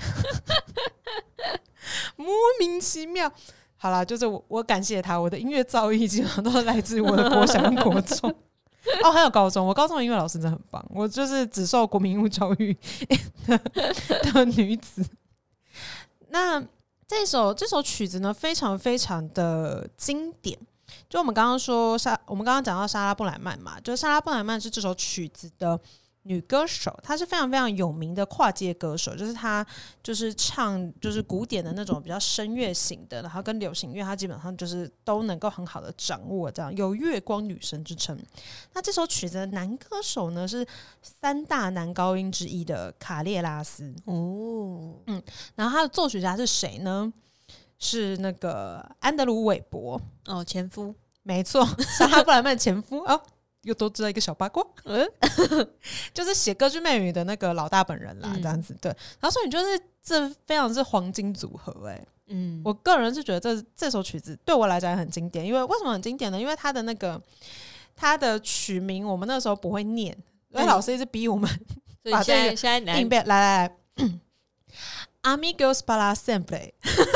[SPEAKER 1] 莫名其妙。好啦，就是我我感谢他，我的音乐造诣基本上都是来自于我的国小跟国中。哦，还有高中，我高中的音乐老师真的很棒，我就是只受国民义务教育 的, 的女子。那这首这首曲子呢，非常非常的经典。就我们刚刚说莎，我们刚刚讲到莎拉布莱曼嘛，就是莎拉布莱曼是这首曲子的女歌手，她是非常非常有名的跨界歌手，就是她就是唱就是古典的那种比较声乐型的，然后跟流行乐她基本上就是都能够很好的掌握，这样有月光女神之称。那这首曲子的男歌手呢是三大男高音之一的卡列拉斯哦，嗯，然后他的作曲家是谁呢？是那个安德鲁韦伯
[SPEAKER 2] 哦，前夫，
[SPEAKER 1] 没错，莎拉布莱曼前夫哦。又都知道一个小八卦，嗯，就是写歌剧魅影的那个老大本人啦，嗯、这样子对。然后所以你就是这非常是黄金组合哎、欸，嗯，我个人是觉得这这首曲子对我来讲很经典，因为为什么很经典呢？因为它的那个它的曲名我们那时候不会念，因为老师一直逼我们把这个
[SPEAKER 2] 现在
[SPEAKER 1] 硬背来来来，Amigos para siempre。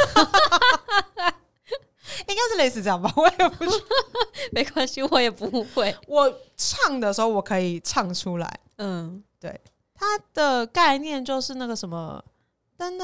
[SPEAKER 1] 应该是类似这样吧，我也不
[SPEAKER 2] 没关系，我也不会。
[SPEAKER 1] 我唱的时候我可以唱出来，嗯，对，它的概念就是那个什么，噔噔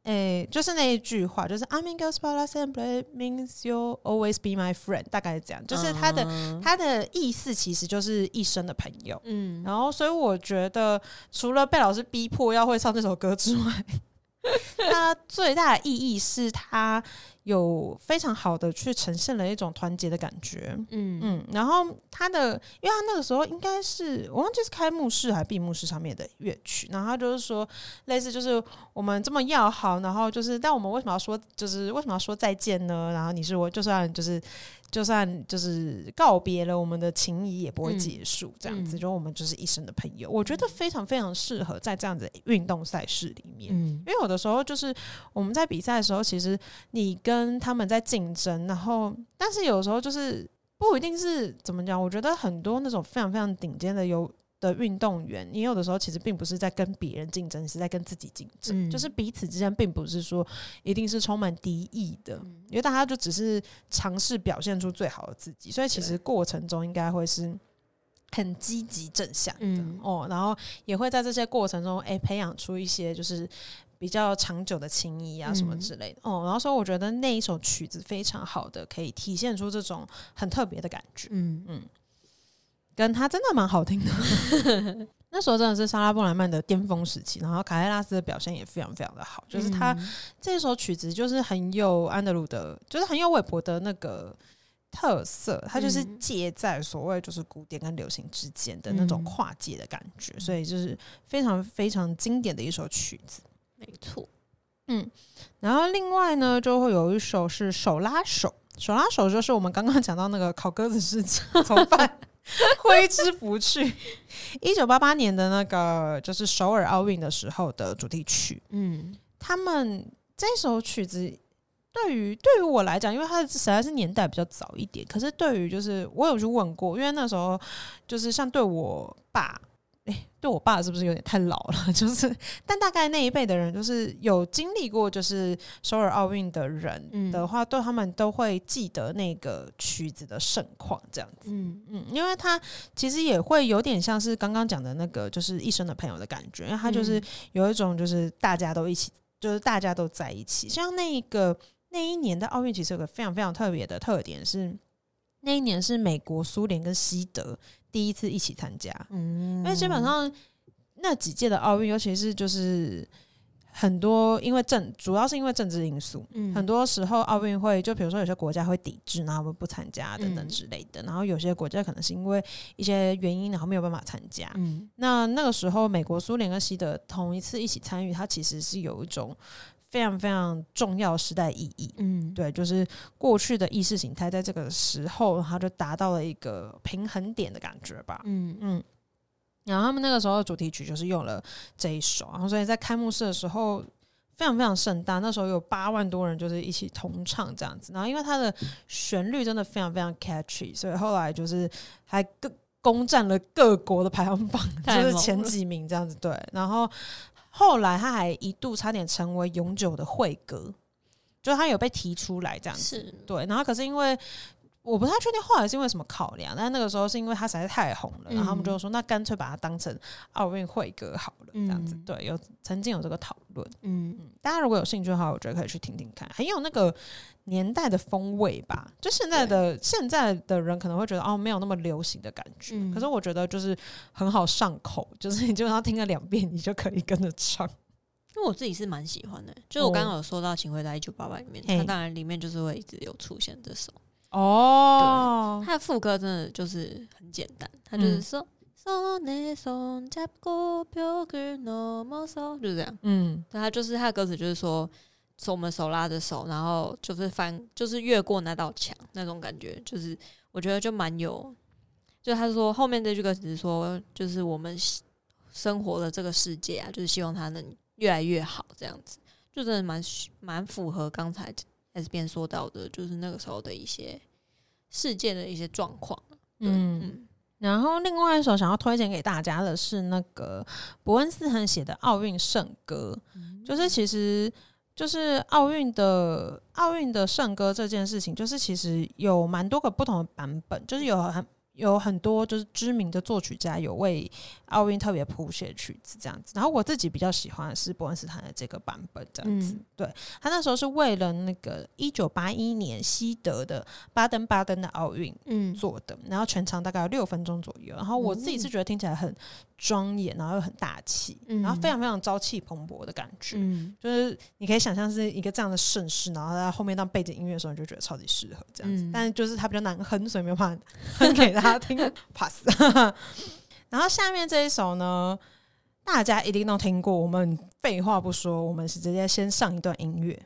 [SPEAKER 1] 诶，就是那一句话，就是 Amigo para siempre means you'll always be my friend， 大概是这样。就是它的、嗯、它的意思其实就是一生的朋友。嗯，然后所以我觉得，除了被老师逼迫要会唱这首歌之外，它最大的意义是它有非常好的去呈现了一种团结的感觉。嗯嗯，然后他的，因为他那个时候应该是我忘记是开幕式还是闭幕式上面的乐曲，然后他就是说类似就是我们这么要好，然后就是但我们为什么要说就是为什么要说再见呢？然后你是我就算就是就算就是告别了，我们的情谊也不会结束，这样子、嗯、就我们就是一生的朋友。我觉得非常非常适合在这样子的运动赛事里面、嗯、因为有的时候就是我们在比赛的时候，其实你跟他们在竞争，然后但是有时候就是不一定是怎么讲，我觉得很多那种非常非常顶尖的有的运动员，你有的时候其实并不是在跟别人竞争，你是在跟自己竞争、嗯、就是彼此之间并不是说一定是充满敌意的、嗯、因为大家就只是尝试表现出最好的自己，所以其实过程中应该会是很积极正向的、嗯哦、然后也会在这些过程中、欸、培养出一些就是比较长久的情谊啊什么之类的、嗯哦、然后所以我觉得那一首曲子非常好的可以体现出这种很特别的感觉。嗯嗯，跟他真的蛮好听的那时候真的是莎拉布莱曼的巅峰时期，然后卡莱拉斯的表现也非常非常的好，就是他这首曲子就是很有安德鲁的，就是很有韦伯的那个特色，他就是介在所谓就是古典跟流行之间的那种跨界的感觉、嗯、所以就是非常非常经典的一首曲子。
[SPEAKER 2] 没错。
[SPEAKER 1] 嗯，然后另外呢就会有一首是手拉手，手拉手就是我们刚刚讲到那个烤鸽子事情怎么办挥之不去一九八八年的那个就是首尔奥运的时候的主题曲。嗯，他们这首曲子对于对于我来讲，因为它实在是年代比较早一点，可是对于就是我有去问过，因为那时候就是像对我爸欸、对我爸是不是有点太老了就是但大概那一辈的人就是有经历过就是首尔奥运的人的话、嗯、对他们都会记得那个曲子的盛况这样子。嗯嗯，因为他其实也会有点像是刚刚讲的那个就是一生的朋友的感觉，因为他就是有一种就是大家都一起就是大家都在一起。像那个那一年的奥运其实有个非常非常特别的特点是那一年是美国苏联跟西德第一次一起参加、嗯、因为基本上那几届的奥运尤其是就是很多因为政主要是因为政治因素、嗯、很多时候奥运会就比如说有些国家会抵制然后他们不参加等等之类的、嗯、然后有些国家可能是因为一些原因然后没有办法参加、嗯、那那个时候美国苏联跟西德同一次一起参与，它其实是有一种非常非常重要时代意义。嗯，对，就是过去的意识形态在这个时候它就达到了一个平衡点的感觉吧。嗯嗯，然后他们那个时候的主题曲就是用了这一首，然后所以在开幕式的时候非常非常盛大，那时候有八万多人就是一起同唱这样子，然后因为它的旋律真的非常非常 catchy， 所以后来就是还各攻占了各国的排行榜，就是前几名这样子。对，然后后来他还一度差点成为永久的会歌，就是他有被提出来这样子。对，然后可是因为我不太确定后来是因为什么考量，但那个时候是因为他实在是太红了、嗯、然后他们就说那干脆把它当成奥运会歌好了、嗯、这样子。对，有曾经有这个讨论。嗯嗯，大家如果有兴趣的话我觉得可以去听听看，很有那个年代的风味吧，就现在的现在的人可能会觉得哦没有那么流行的感觉、嗯、可是我觉得就是很好上口，就是你基本上听了两遍你就可以跟着唱。
[SPEAKER 2] 因为我自己是蛮喜欢的，就是我刚刚有说到请回答一九八八里面、哦、它当然里面就是会一直有出现这首哦，他的副歌真的就是很简单，他就是说손에 손 잡고 벽을 넘어서就是这样。嗯，他就是他的歌词就是说我们手拉着手，然后就是翻就是越过那道墙那种感觉，就是我觉得就蛮有，就他说后面这句歌词是说就是我们生活的这个世界啊，就是希望它能越来越好这样子，就真的蛮蛮符合刚才 S 边说到的就是那个时候的一些世界的一些状况。嗯嗯，
[SPEAKER 1] 然后另外一首想要推荐给大家的是那个伯恩斯坦写的奥运圣歌、嗯、就是其实就是奥运的奥运的圣歌这件事情，就是其实有蛮多个不同的版本，就是有很有很多就是知名的作曲家有为奥运特别谱写曲子这样子，然后我自己比较喜欢的是伯恩斯坦的这个版本这样子、嗯、对，他那时候是为了那个一九八一年西德的巴登巴登的奥运做的、嗯、然后全长大概有六分钟左右，然后我自己是觉得听起来很庄严，然后又很大气、嗯、然后非常非常朝气蓬勃的感觉、嗯、就是你可以想象是一个这样的盛世，然后在后面当背景音乐的时候你就觉得超级适合这样子、嗯、但是就是它比较难哼，所以没有办法哼给大家听pass 然后下面这一首呢大家一定都听过，我们废话不说，我们是直接先上一段音乐。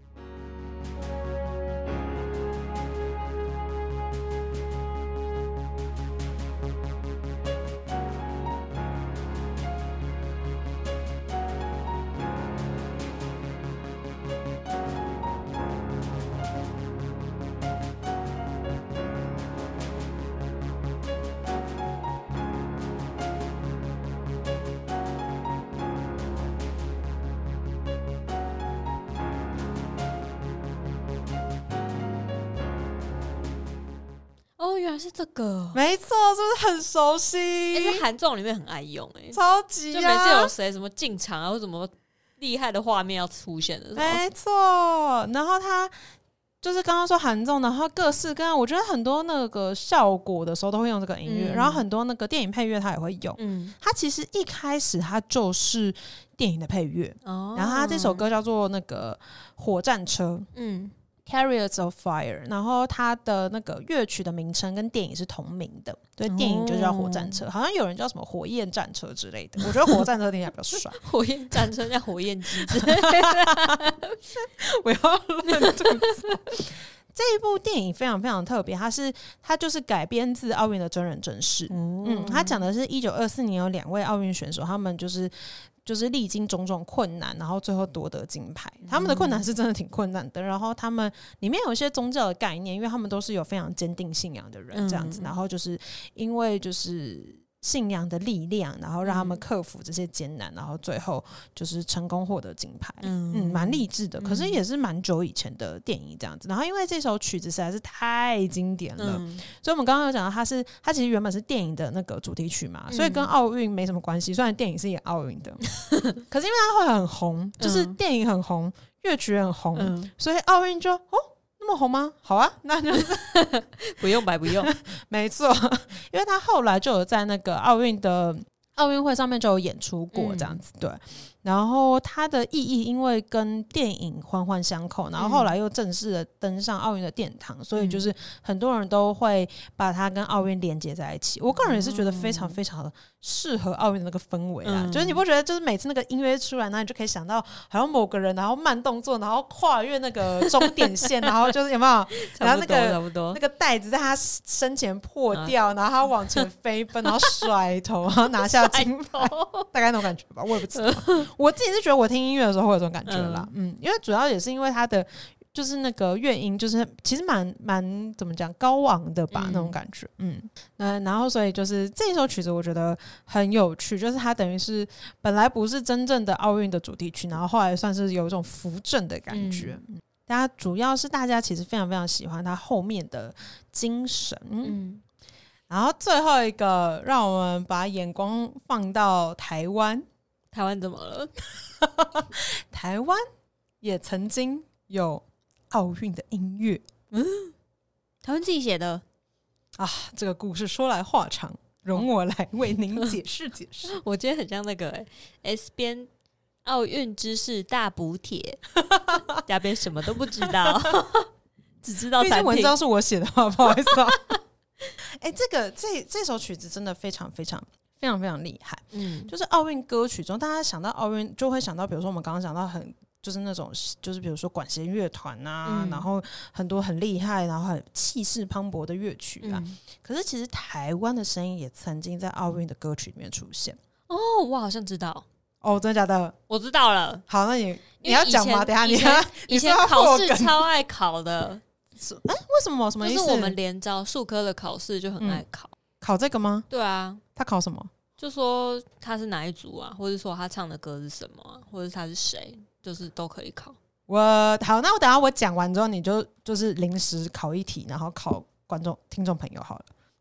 [SPEAKER 2] 哦，原来是这个，
[SPEAKER 1] 没错，是不是很熟悉？
[SPEAKER 2] 哎、欸，在韩综里面很爱用、欸，哎，
[SPEAKER 1] 超级、啊，
[SPEAKER 2] 就每次有谁什么进场啊，或什么厉害的画面要出现的时候，
[SPEAKER 1] 没错。然后他就是刚刚说韩综，然后各式各样，我觉得很多那个效果的时候都会用这个音乐、嗯，然后很多那个电影配乐他也会用。嗯，他其实一开始他就是电影的配乐，哦、然后他这首歌叫做那个火战车，嗯。Chariots of Fire， 然后它的那个乐曲的名称跟电影是同名的，所以电影就叫火战车、哦、好像有人叫什么火焰战车之类的，我觉得火战车听起来比较帅
[SPEAKER 2] 火焰战车叫火焰机之类的
[SPEAKER 1] 我要乱吐槽这一部电影非常非常特别，它是它就是改编自奥运的真人真事、嗯嗯、它讲的是一九二四年有两位奥运选手，他们就是就是历经种种困难，然后最后夺得金牌。他们的困难是真的挺困难的，然后他们里面有一些宗教的概念，因为他们都是有非常坚定信仰的人这样子，然后就是因为就是信仰的力量，然后让他们克服这些艰难，然后最后就是成功获得金牌。嗯，蛮励志的，可是也是蛮久以前的电影这样子。然后因为这首曲子实在是太经典了、嗯、所以我们刚刚有讲到它是它其实原本是电影的那个主题曲嘛、嗯、所以跟奥运没什么关系，虽然电影是演奥运的可是因为它会很红，就是电影很红，乐曲很红、嗯、所以奥运就哦那么红吗？好啊，那就是
[SPEAKER 2] 不用白不用
[SPEAKER 1] 没错，因为他后来就有在那个奥运的奥运会上面就有演出过这样子、嗯、对，然后它的意义因为跟电影环环相扣，然后后来又正式的登上奥运的殿堂、嗯、所以就是很多人都会把它跟奥运连接在一起。我个人也是觉得非常非常适合奥运的那个氛围啦、嗯、就是你不觉得就是每次那个音乐出来，然后你就可以想到好像某个人然后慢动作然后跨越那个终点线然后就是有没有然后那个那个袋子在他身前破掉、啊、然后他往前飞奔然后甩头然后拿下金牌大概那种感觉吧，我也不知道我自己是觉得我听音乐的时候会有这种感觉啦、嗯, 嗯，因为主要也是因为它的就是那个乐音就是其实蛮蛮怎么讲高昂的吧、嗯、那种感觉，嗯，那然后所以就是这一首曲子我觉得很有趣，就是它等于是本来不是真正的奥运的主题曲，然后后来算是有一种扶正的感觉，嗯，大家主要是大家其实非常非常喜欢它后面的精神，嗯，然后最后一个让我们把眼光放到台湾。
[SPEAKER 2] 台湾怎么了
[SPEAKER 1] 台湾也曾经有奥运的音乐，嗯，
[SPEAKER 2] 台湾自己写的
[SPEAKER 1] 啊，这个故事说来话长，容我来为您解释解释
[SPEAKER 2] 我觉得很像那个、欸、S 编奥运知识大补帖嘉宾什么都不知道只知道产品，
[SPEAKER 1] 毕竟文章是我写的话不好意思啊哎、欸，这个这这首曲子真的非常非常非常非常厉害，嗯，就是奥运歌曲中大家想到奥运就会想到比如说我们刚刚讲到很就是那种就是比如说管弦乐团啊、嗯、然后很多很厉害然后很气势磅礴的乐曲啊、嗯、可是其实台湾的声音也曾经在奥运的歌曲里面出现
[SPEAKER 2] 哦，我好像知道
[SPEAKER 1] 哦，真的假的？
[SPEAKER 2] 我知道了。
[SPEAKER 1] 好，那你你要讲吗？等一下你
[SPEAKER 2] 以前以前考试超爱考的
[SPEAKER 1] 哎、欸，为什么？什么意思？
[SPEAKER 2] 就是我们联招数科的考试就很爱考、嗯、
[SPEAKER 1] 考这个吗？
[SPEAKER 2] 对啊。
[SPEAKER 1] 他考什么？
[SPEAKER 2] 就说他是哪一组啊，或者说他唱的歌是什么、啊、或者他是谁，就是都可以考。
[SPEAKER 1] 我好，那我等一下我讲完之后，你就就是临时考一题，然后考观众听众朋友好了。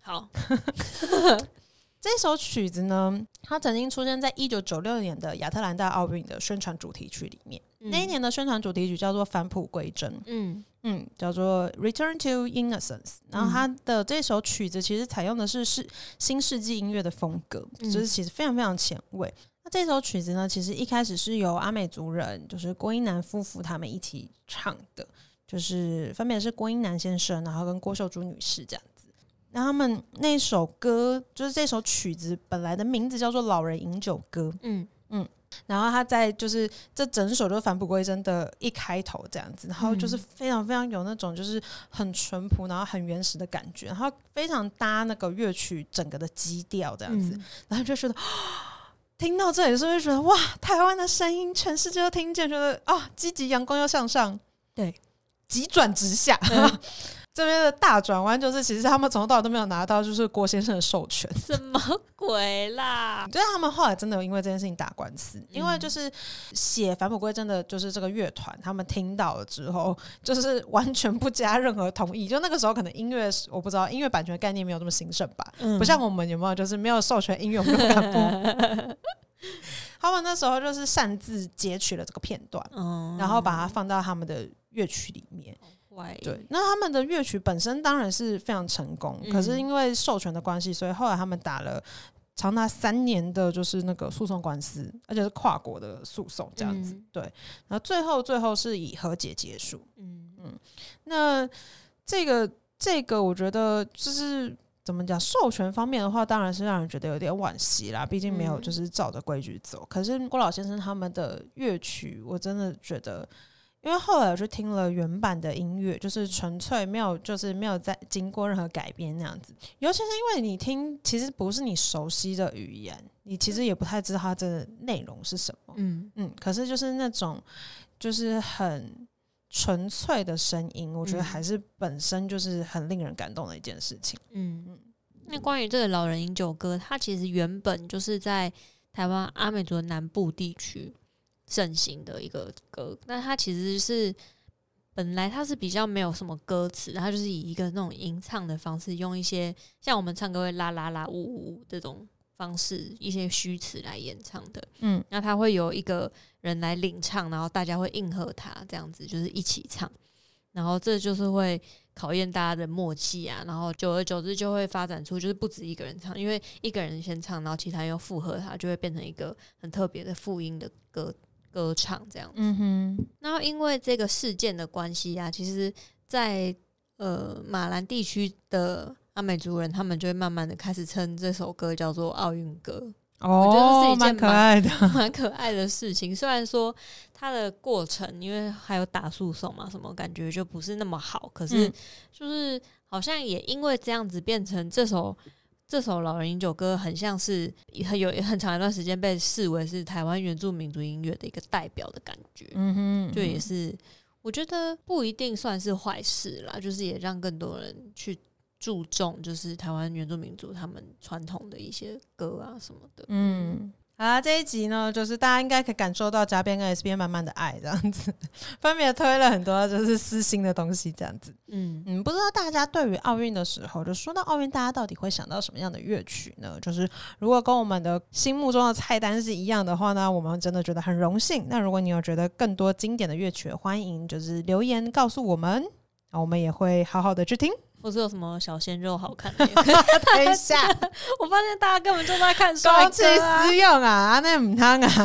[SPEAKER 2] 好。
[SPEAKER 1] 这首曲子呢，它曾经出现在一九九六年的亚特兰大奥运的宣传主题曲里面。嗯、那一年的宣传主题曲叫做《返璞归真》，嗯嗯，叫做《Return to Innocence》。然后它的这首曲子其实采用的是是新世纪音乐的风格，嗯、就是其实非常非常前卫。那这首曲子呢，其实一开始是由阿美族人，就是郭英男夫妇他们一起唱的，就是分别是郭英男先生，然后跟郭秀珠女士这样。那他们那首歌就是这首曲子本来的名字叫做《老人饮酒歌》，嗯嗯，然后他在就是这整首就是返璞归真的一开头这样子，然后就是非常非常有那种就是很淳朴然后很原始的感觉，然后非常搭那个乐曲整个的基调这样子，嗯、然后就觉得、哦、听到这里的时候就觉得哇，台湾的声音全世界都听见，觉得啊积极阳光又向上，对，急转直下。嗯这边的大转弯就是，其实他们从头到尾都没有拿到就是郭先生的授权，
[SPEAKER 2] 什么鬼啦？
[SPEAKER 1] 就是他们后来真的有因为这件事情打官司，嗯、因为就是写返璞归真的，就是这个乐团，他们听到了之后，就是完全不加任何同意。就那个时候可能音乐，我不知道音乐版权的概念没有这么兴盛吧，嗯、不像我们有没有就是没有授权音乐我们就不敢播。他们那时候就是擅自截取了这个片段，嗯、然后把它放到他们的乐曲里面。对，那他们的乐曲本身当然是非常成功，嗯、可是因为授权的关系，所以后来他们打了长达三年的就是那个诉讼官司，而且是跨国的诉讼这样子。嗯、对，然后最后最后是以和解结束。嗯嗯，那这个这个我觉得就是怎么讲，授权方面的话，当然是让人觉得有点惋惜啦，毕竟没有就是照着规矩走。嗯、可是郭老先生他们的乐曲，我真的觉得。因为后来我就听了原版的音乐，就是纯粹没有，就是没有再经过任何改编那样子。尤其是因为你听，其实不是你熟悉的语言，你其实也不太知道它的内容是什么。嗯嗯，可是就是那种就是很纯粹的声音，我觉得还是本身就是很令人感动的一件事情。嗯嗯。
[SPEAKER 2] 那关于这个老人饮酒歌，它其实原本就是在台湾阿美族的南部地区盛行的一个歌，那它其实是本来它是比较没有什么歌词，它就是以一个那种吟唱的方式，用一些像我们唱歌会啦啦啦呜呜呜这种方式，一些虚词来演唱的。嗯，那它会有一个人来领唱，然后大家会应和他，这样子就是一起唱，然后这就是会考验大家的默契啊，然后久而久之就会发展出就是不止一个人唱，因为一个人先唱，然后其他又附和他，就会变成一个很特别的复音的歌。歌唱这样子，嗯哼。然后因为这个事件的关系啊，其实在呃马兰地区的阿美族人，他们就会慢慢的开始称这首歌叫做奥运歌。哦，我觉得这是一件蛮可爱的、蛮可爱的事情。虽然说它的过程，因为还有打诉讼嘛，什么感觉就不是那么好，可是就是好像也因为这样子变成这首。这首老人饮酒歌很像是很有很长一段时间被视为是台湾原住民族音乐的一个代表的感觉，嗯哼，嗯哼，就也是我觉得不一定算是坏事啦，就是也让更多人去注重就是台湾原住民族他们传统的一些歌啊什么的。嗯，好啦，这一集呢，就是大家应该可以感受到嘉编跟 S 编满满的爱，这样子，分别推了很多就是私心的东西，这样子。嗯嗯，不知道大家对于奥运的时候，就说到奥运，大家到底会想到什么样的乐曲呢？就是如果跟我们的心目中的菜单是一样的话呢，我们真的觉得很荣幸。那如果你有觉得更多经典的乐曲，欢迎就是留言告诉我们，我们也会好好的去听。或是有什么小鲜肉好看的
[SPEAKER 1] 等一下
[SPEAKER 2] 我发现大家根本就在看帅哥啊，公器
[SPEAKER 1] 私用啊，那唔汤啊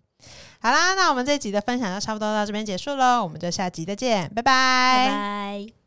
[SPEAKER 1] 好啦，那我们这一集的分享就差不多到这边结束了，我们就下集再见，拜拜
[SPEAKER 2] 拜拜。